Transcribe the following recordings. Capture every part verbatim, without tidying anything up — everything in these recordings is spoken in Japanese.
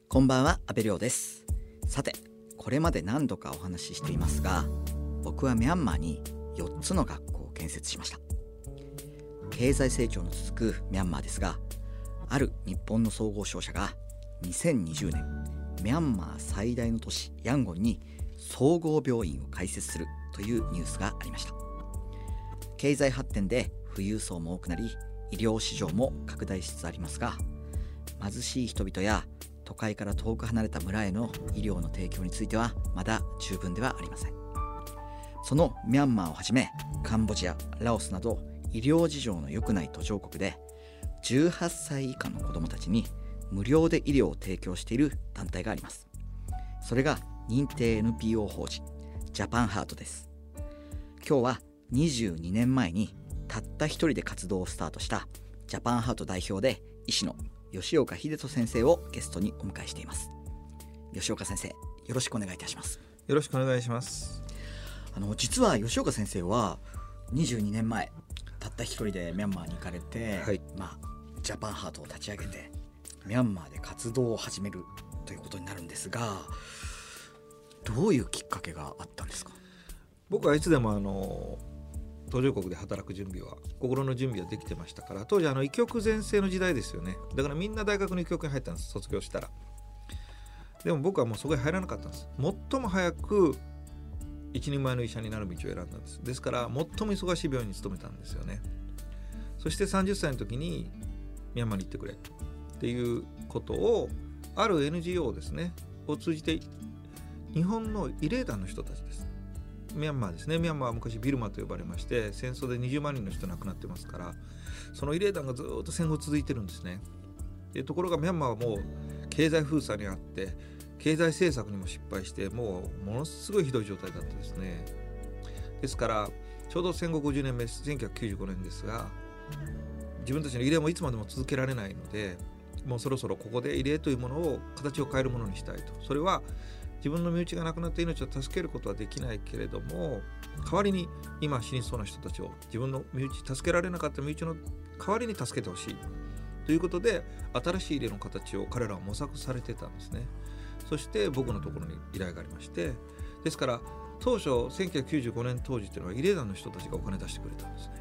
こんばんは、阿部亮です。さて、これまで何度かお話ししていますが、僕はミャンマーによっつの学校を建設しました。経済成長の続くミャンマーですが、ある日本の総合商社がにせんにじゅうねん、ミャンマー最大の都市ヤンゴンに総合病院を開設するというニュースがありました。経済発展で富裕層も多くなり、医療市場も拡大しつつありますが、貧しい人々や都会から遠く離れた村への医療の提供についてはまだ十分ではありません。そのミャンマーをはじめカンボジア、ラオスなど医療事情の良くない途上国でじゅうはっさい以下の子どもたちに無料で医療を提供している団体があります。それが認定 エヌピーオー 法人ジャパンハートです。今日はにじゅうにねんまえにたった一人で活動をスタートしたジャパンハート代表で医師の吉岡秀人先生をゲストにお迎えしています。吉岡先生、よろしくお願いいたします。 よろしくお願いします。 あの実は吉岡先生はにじゅうにねんまえたった一人でミャンマーに行かれて、はい、まあ、ジャパンハートを立ち上げてミャンマーで活動を始めるということになるんですが、どういうきっかけがあったんですか？ 僕はいつでもあの途上国で働く準備は心の準備はできてましたから、当時あの医局全盛の時代ですよね。だからみんな大学の医局に入ったんです、卒業したら。でも僕はもうそこに入らなかったんです。最も早く一人前の医者になる道を選んだんです。ですから最も忙しい病院に勤めたんですよね。そしてさんじゅっさいの時にミャンマーに行ってくれっていうことをある エヌジーオー ですねを通じて、日本の慰霊団の人たちです。ミャンマーですね。ミャンマーは昔ビルマと呼ばれまして、戦争でにじゅうまんにんの人亡くなってますから、その慰霊団がずっと戦後続いてるんですね。でところがミャンマーはもう経済封鎖にあって経済政策にも失敗して、もうものすごいひどい状態だったですね。ですからちょうど戦後ごじゅうねんめ、せんきゅうひゃくきゅうじゅうごねんですが、自分たちの慰霊もいつまでも続けられないので、もうそろそろここで慰霊というものを形を変えるものにしたいと。それは自分の身内が亡くなって命を助けることはできないけれども、代わりに今死にそうな人たちを、自分の身内、助けられなかった身内の代わりに助けてほしいということで、新しい慰霊の形を彼らは模索されてたんですね。そして僕のところに依頼がありまして、ですから当初せんきゅうひゃくきゅうじゅうごねん当時というのは慰霊団の人たちがお金出してくれたんですね。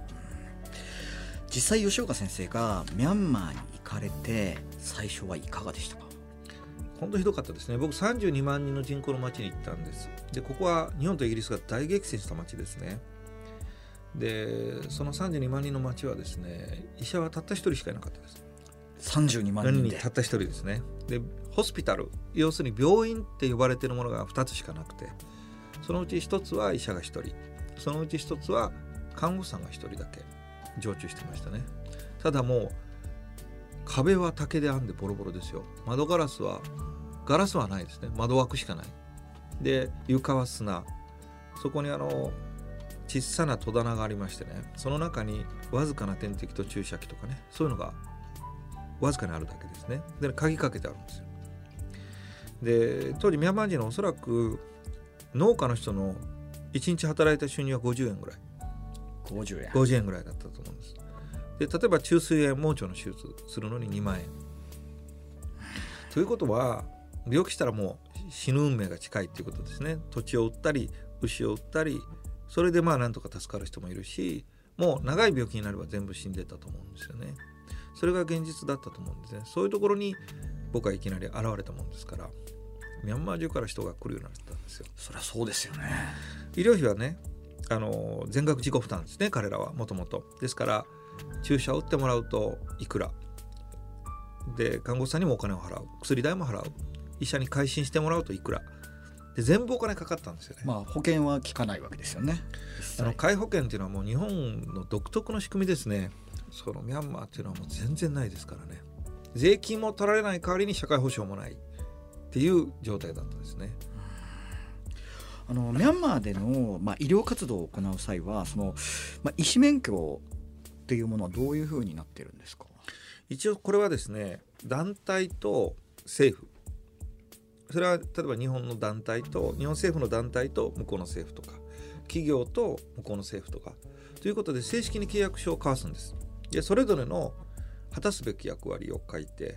実際吉岡先生がミャンマーに行かれて最初はいかがでしたか？ 本当ひどかったですね。僕さんじゅうにまんにんの人口の町に行ったんです。でここは日本とイギリスが大激戦した町ですね。でそのさんじゅうにまんにんの町はですね、医者はたった一人しかいなかったです。 さんじゅうにまんにんでたった一人ですね。でホスピタル、要するに病院って呼ばれているものがふたつしかなくて、そのうちひとつは医者がひとり、そのうちひとつは看護師さんがひとりだけ常駐してましたね。ただもう壁は竹で編んでボロボロですよ。窓ガラスはガラスはないですね。窓枠しかない。で床は砂、そこにあの小さな戸棚がありましてね、その中にわずかな点滴と注射器とかね、そういうのがわずかにあるだけですね。で鍵かけてあるんですよ。で当時ミャンマー人のおそらく農家の人のいちにち働いた収入はごじゅうえんぐらい、 ごじゅうえんごじゅうえんぐらいだったと思うんです。で例えば虫垂炎、盲腸の手術するのににまんえんということは、病気したらもう死ぬ運命が近いっていうことですね。土地を売ったり牛を売ったり、それでまあなんとか助かる人もいるし、もう長い病気になれば全部死んでたと思うんですよね。それが現実だったと思うんですね。そういうところに僕はいきなり現れたもんですから、ミャンマー中から人が来るようになったんですよ。 そりゃそうですよね。 医療費はね、あの全額自己負担ですね、彼らはもともと。ですから注射を打ってもらうといくらで、看護師さんにもお金を払う、薬代も払う、医者に回診してもらうといくらで、全部お金かかったんですよね。 まあ保険は効かないわけですよね。 あの皆保険っていうのはもう日本の独特の仕組みですね。そのミャンマーっていうのはもう全然ないですからね。税金も取られない代わりに社会保障もないっていう状態だったんですね。 あのミャンマーでの、まあ、医療活動を行う際はその、まあ、医師免許っていうものはどういうふうになってるんですか？ 一応これはですね、団体と政府、それは例えば日本の団体と日本政府の団体と向こうの政府とか、企業と向こうの政府とかということで正式に契約書を交わすんです。でそれぞれの果たすべき役割を書いて、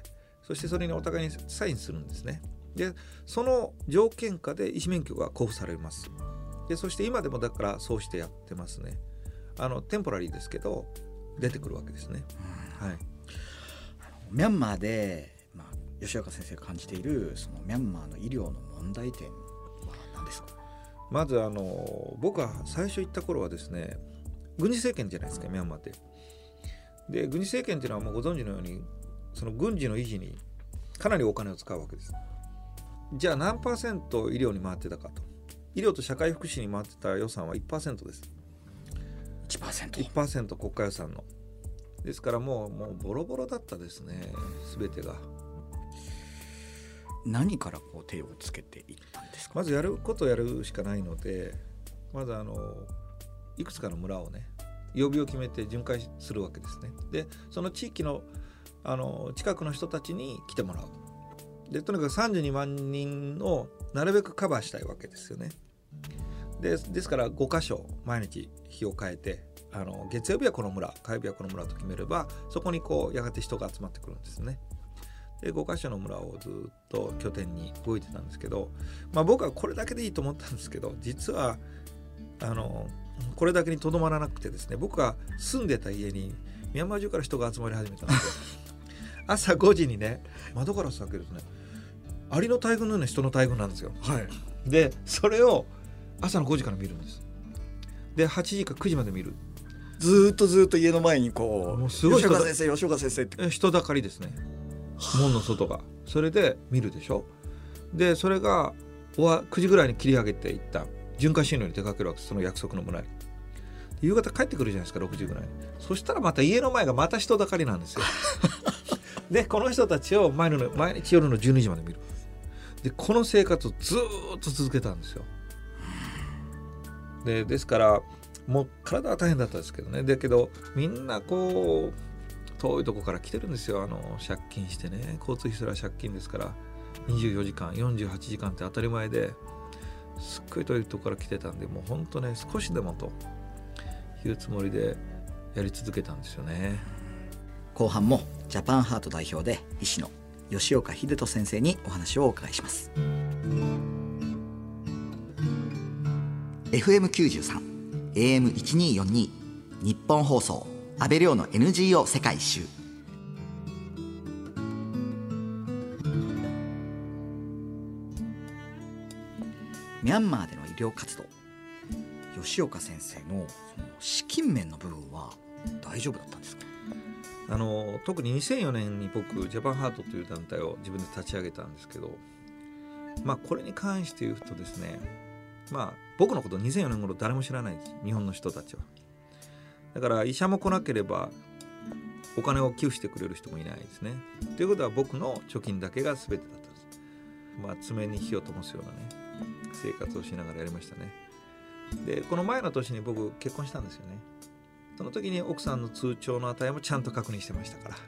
そしてそれにお互いにサインするんですね。でその条件下で医師免許が交付されます。でそして今でもだからそうしてやってますね。あのテンポラリーですけど出てくるわけですね。はい、 ミャンマーで、まあ、吉岡先生が感じているそのミャンマーの医療の問題点は何ですか？ まずあの僕が最初行った頃はですね、軍事政権じゃないですか、ミャンマーって。で軍事政権っていうのはもうご存知のようにその軍事の維持にかなりお金を使うわけです。じゃあ何パーセント医療に回ってたかと。医療と社会福祉に回ってた予算は いちパーセント です。 いちパーセント? いちパーセント 国家予算の。ですからもう、もうボロボロだったですね、全てが。 何からこう手をつけていったんですか？ まずやることをやるしかないので、まずあのいくつかの村をね、曜日を決めて巡回するわけですね。でその地域の、あの近くの人たちに来てもらう。でとにかくさんじゅうにまんにんをなるべくカバーしたいわけですよね。でですからごかしょ毎日日を変えて、あの月曜日はこの村、火曜日はこの村と決めれば、そこにこうやがて人が集まってくるんですね。でごかしょの村をずっと拠点に動いてたんですけど、まあ、僕はこれだけでいいと思ったんですけど、実はあのこれだけにとどまらなくてですね、僕が住んでた家にミャンマー中から人が集まり始めたんですよ朝ごじにね、窓ガラス開けるとね、アリの大群のような人の大群なんですよ。 はい、 でそれを朝のごじから見るんです。ではちじかくじまで見る。 ずっとずっと家の前にこう、 もうすごい吉岡先生吉岡先生って人だかりですね、門の外が。それで見るでしょ。でそれがくじぐらいに切り上げていった巡回診療に出かけるわけです、その約束の村に。夕方帰ってくるじゃないですか、ろくじぐらいに。そしたらまた家の前がまた人だかりなんですよでこの人たちを毎の毎日夜のじゅうにじまで見る。でこの生活をずっと続けたんですよ。でですからもう体は大変だったんですけどね。だけどみんなこう遠いとこから来てるんですよ。あの借金してね、交通費すら借金ですから、にじゅうよじかんよんじゅうはちじかんって当たり前で、すっごい遠いとこから来てたんで、もう本当ね、少しでもというつもりでやり続けたんですよね。 後半もジャパンハート代表で医師の吉岡秀人先生にお話をお伺いします。 エフエムきゅうじゅうさん エーエムせんにひゃくよんじゅうに 日本放送安倍亮の エヌジーオー 世界一周。ミャンマーでの医療活動、吉岡先生のその資金面の部分は大丈夫だったんですか？ あの特ににせんよねんに僕ジャパンハートという団体を自分で立ち上げたんですけど、まあこれに関して言うとですね、まあ僕のことにせんよねん頃誰も知らないです、日本の人たちは。だから医者も来なければお金を寄付してくれる人もいないですね。ということは僕の貯金だけが全てだったんです。まあ爪に火を灯すようなね生活をしながらやりましたね。でこの前の年に僕結婚したんですよね。その時に奥さんの通帳の値もちゃんと確認してましたから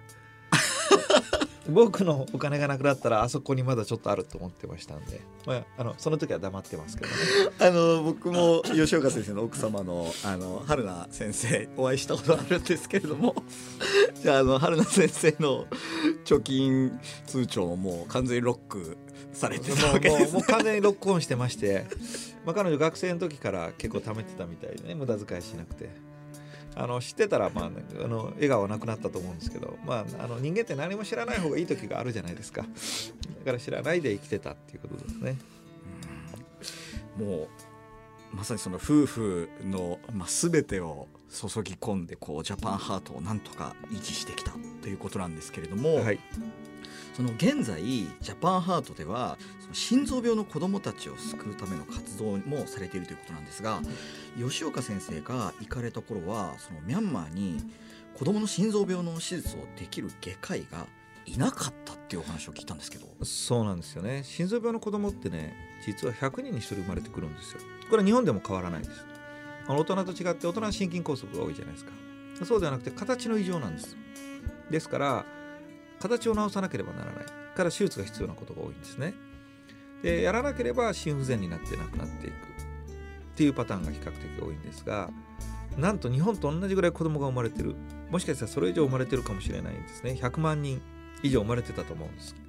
僕のお金がなくなったらあそこにまだちょっとあると思ってましたんで、まあ、あのその時は黙ってますけどね。 あの僕も吉岡先生の奥様のあの春菜先生お会いしたことあるんですけれどもじゃあ、あの春菜先生の貯金通帳ももう完全にロックされてたわけですね。 もう、もう完全にロックオンしてまして、まあ、彼女学生の時から結構貯めてたみたいでね、無駄遣いしなくて、あの知ってたら、まあね、あの笑顔はなくなったと思うんですけど、まあ、あの人間って何も知らない方がいい時があるじゃないですか。だから知らないで生きてたっていうことですね。 うん、もうまさにその夫婦の、まあ、全てを注ぎ込んでこうジャパンハートをなんとか維持してきたということなんですけれども、 はい、 その現在ジャパンハートではその心臓病の子どもたちを救うための活動もされているということなんですが、吉岡先生が行かれた頃はそのミャンマーに子どもの心臓病の手術をできる外科医がいなかったっていうお話を聞いたんですけど。 そうなんですよね。心臓病の子供ってね、実はひゃくにんにひとり生まれてくるんですよ。これは日本でも変わらないです。あの大人と違って大人は心筋梗塞が多いじゃないですか。そうではなくて形の異常なんです。ですから形を治さなければならないから手術が必要なことが多いんですね。でやらなければ心不全になって亡くなっていくっていうパターンが比較的多いんですが、なんと日本と同じぐらい子供が生まれてる、もしかしたらそれ以上生まれてるかもしれないんですね。ひゃくまんにん以上生まれてたと思うんです。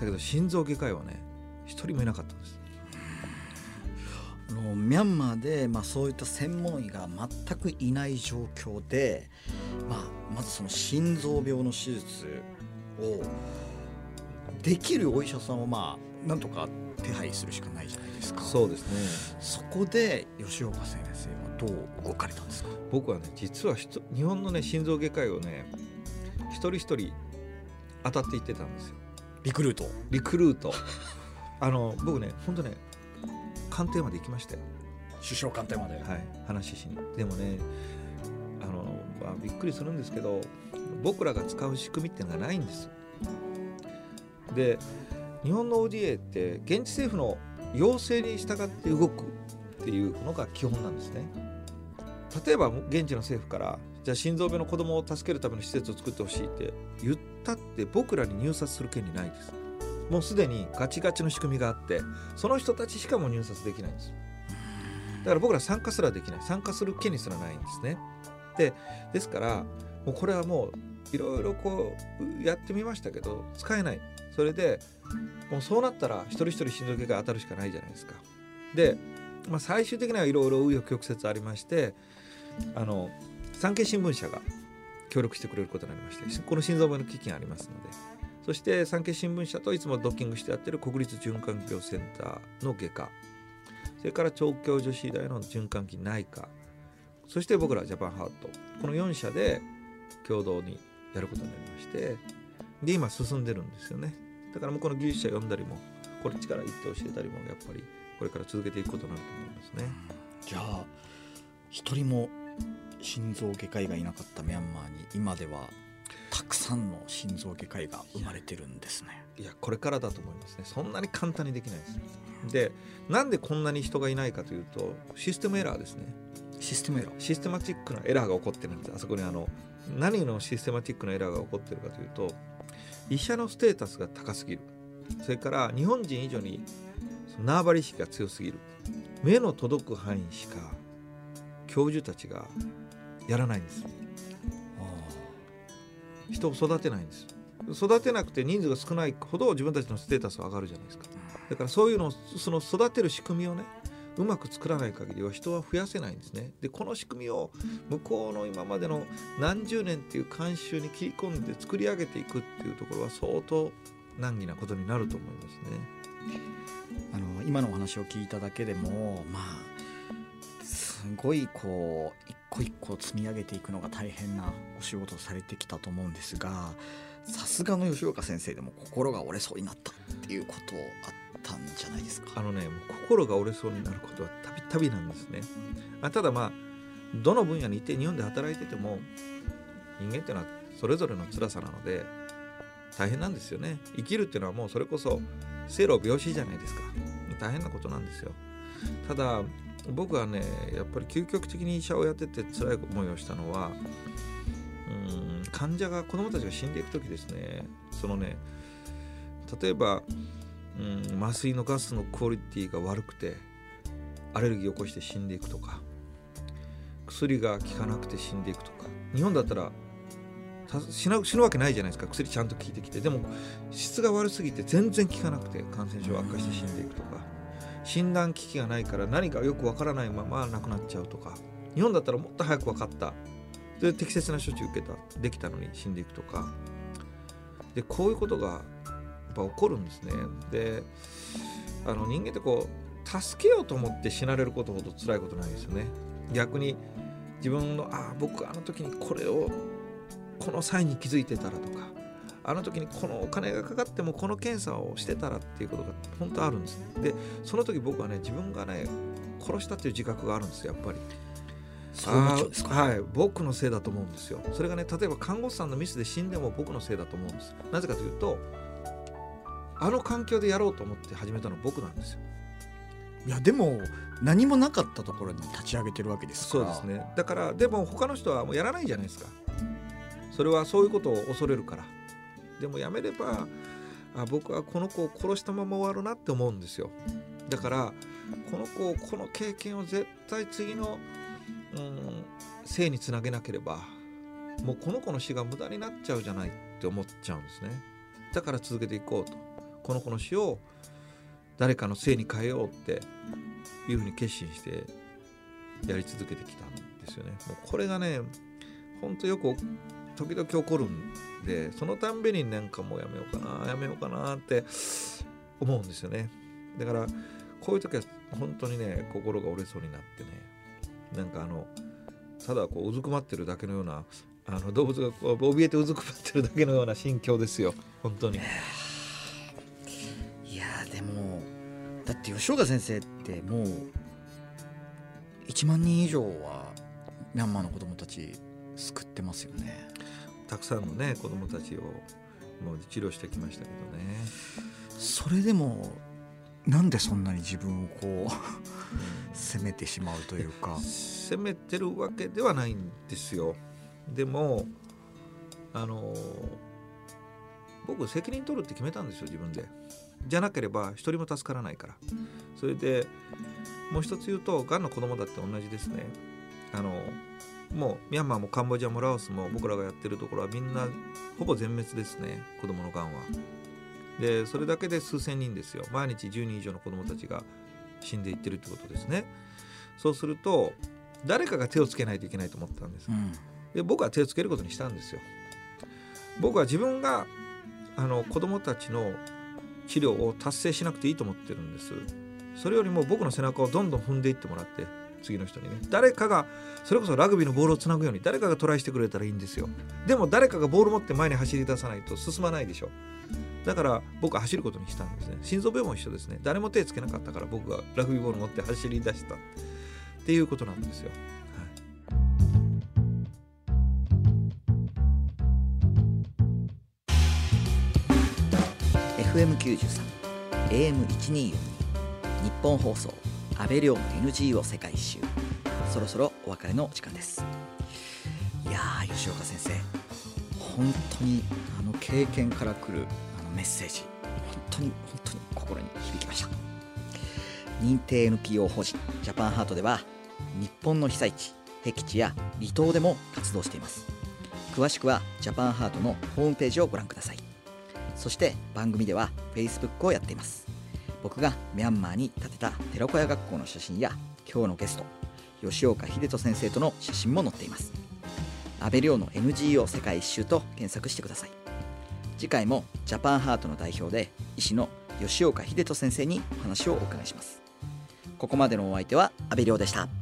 だけど心臓外科医はね一人もいなかったんです。 あのミャンマーで、まあ、そういった専門医が全くいない状況で、まあ、まずその心臓病の手術をできるお医者さんをまあなんとか手配するしかないじゃないですか。 そうですね。 そこで吉岡先生はどう動かれたんですか？ 僕はね実は日本のね心臓外科医をね一人一人当たっていってたんですよ。 リクルートリクルートあの僕ね本当ね官邸まで行きましたよ。 首相官邸まで、 はい、話しに。でもねあの、まあ、びっくりするんですけど僕らが使う仕組みっていうのがないんです。で日本の オーディーエー って現地政府の要請に従って動くっていうのが基本なんですね。例えば現地の政府からじゃあ心臓病の子供を助けるための施設を作ってほしいって言ったって僕らに入札する権利ないです。もうすでにガチガチの仕組みがあってその人たちしかも入札できないんです。だから僕ら参加すらできない、参加する権利すらないんですね。でですからもうこれはもういろいろこうやってみましたけど使えない。それでもうそうなったら一人一人心臓外科当たるしかないじゃないですか。で、まあ、最終的にはいろいろ紆余曲折ありましてあの産経新聞社が協力してくれることになりましてこの心臓病の基金ありますのでそして産経新聞社といつもドッキングしてやってる国立循環器病センターの外科それから調教女子医大の循環器内科そして僕らジャパンハートこのよん社で共同にやることになりましてで今進んでるんですよね。だから向こうの技術者呼んだりもこっちから行って教えたりもやっぱりこれから続けていくことになると思いますね。 じゃあ一人も心臓外科医がいなかったミャンマーに今ではたくさんの心臓外科医が生まれてるんですね。 いやこれからだと思いますね。そんなに簡単にできないです。でなんでこんなに人がいないかというとシステムエラーですね。 システムエラーシステマティックなエラーが起こってるんです。あそこにあの何のシステマティックなエラーが起こってるかというと医者のステータスが高すぎるそれから日本人以上に縄張り意識が強すぎる目の届く範囲しか教授たちがやらないんです。人を育てないんです。育てなくて人数が少ないほど自分たちのステータスは上がるじゃないですか。だからそういうのをその育てる仕組みをねうまく作らない限りは人は増やせないんですね。でこの仕組みを向こうの今までの何十年っていう慣習に切り込んで作り上げていくっていうところは相当難儀なことになると思いますね。 あの今のお話を聞いただけでもまあすごいこう一個一個積み上げていくのが大変なお仕事をされてきたと思うんですがさすがの吉岡先生でも心が折れそうになったっていうことあったんじゃないですか。 あのねもう心が折れそうになることはたびたびなんですね。あただまあどの分野にいて日本で働いてても人間っていうのはそれぞれの辛さなので大変なんですよね。生きるっていうのはもうそれこそ生老病死じゃないですか。大変なことなんですよ。ただ僕はねやっぱり究極的に医者をやってて辛い思いをしたのはうん患者が子どもたちが死んでいく時ですね。そのね例えばうん麻酔のガスのクオリティが悪くてアレルギーを起こして死んでいくとか薬が効かなくて死んでいくとか日本だったら死ぬ、死ぬわけないじゃないですか。薬ちゃんと効いてきてでも質が悪すぎて全然効かなくて感染症悪化して死んでいくとか診断機器がないから何かよくわからないまま亡くなっちゃうとか日本だったらもっと早く分かったで適切な処置を受けたできたのに死んでいくとかでこういうことがやっぱ起こるんですね。であの人間ってこう助けようと思って死なれることほど辛いことないですよね。逆に自分のあ僕あの時にこれをこの際に気づいてたらとかあの時にこのお金がかかってもこの検査をしてたらっていうことが本当あるんですね。でその時僕はね自分がね殺したっていう自覚があるんですよ。やっぱりそう思っちゃうんですか。 はい、僕のせいだと思うんですよ。それがね例えば看護師さんのミスで死んでも僕のせいだと思うんです。なぜかというとあの環境でやろうと思って始めたのは僕なんですよ。 いやでも何もなかったところに立ち上げてるわけですから。 そうですね。だからでも他の人はもうやらないじゃないですか。それはそういうことを恐れるから。でもやめればあ僕はこの子を殺したまま終わるなって思うんですよ。だからこの子をこの経験を絶対次の、うん、生につなげなければもうこの子の死が無駄になっちゃうじゃないって思っちゃうんですね。だから続けていこうと。 この子の死を誰かのせいに変えようっていうふうに決心してやり続けてきたんですよね。もうこれがね本当よく時々起こるんで、そのたんびになんかもうやめようかなやめようかなって思うんですよね。だからこういう時は本当にね心が折れそうになってね、なんかあのただこううずくまってるだけのような、あの動物がこう怯えてうずくまってるだけのような心境ですよ本当に。 いやでもだって吉岡先生ってもういちまんにん以上はミャンマーの子どもたち救ってますよね。 たくさんのね子どもたちをもう治療してきましたけどね。 それでもなんでそんなに自分をこう責めてしまうというか。 責めてるわけではないんですよ。でもあの僕責任取るって決めたんですよ自分で。じゃなければ一人も助からないから。それでもう一つ言うと、がんの子供だって同じですね。あのもうミャンマーもカンボジアもラオスも僕らがやってるところはみんなほぼ全滅ですね、子供のがんは。でそれだけで数千人ですよ。毎日じゅうにん以上の子供たちが死んでいってるってことですね。そうすると誰かが手をつけないといけないと思ったんです、うん、で僕は手をつけることにしたんですよ。僕は自分があの子供たちの治療を達成しなくていいと思ってるんです。それよりも僕の背中をどんどん踏んでいってもらって、次の人にね、誰かがそれこそラグビーのボールをつなぐように誰かがトライしてくれたらいいんですよ。でも誰かがボール持って前に走り出さないと進まないでしょ。だから僕は走ることにしたんですね。心臓病も一緒ですね。誰も手つけなかったから僕がラグビーボール持って走り出したっていうことなんですよ、 はい、エフエムきゅうじゅうさん エーエムせんにひゃくよんじゅうに 日本放送安倍亮の エヌジーオー 世界一周、そろそろお別れの時間です。いやー吉岡先生、本当にあの経験から来るあのメッセージ、本当に本当に心に響きました。認定 エヌピーオー 法人ジャパンハートでは日本の被災地、僻地や離島でも活動しています。詳しくはジャパンハートのホームページをご覧ください。そして番組では Facebook をやっています。僕がミャンマーに建てた寺子屋学校の写真や今日のゲスト吉岡秀人先生との写真も載っています。安倍亮の エヌジーオー 世界一周と検索してください。次回もジャパンハートの代表で医師の吉岡秀人先生にお話をお伺いします。ここまでのお相手は安倍亮でした。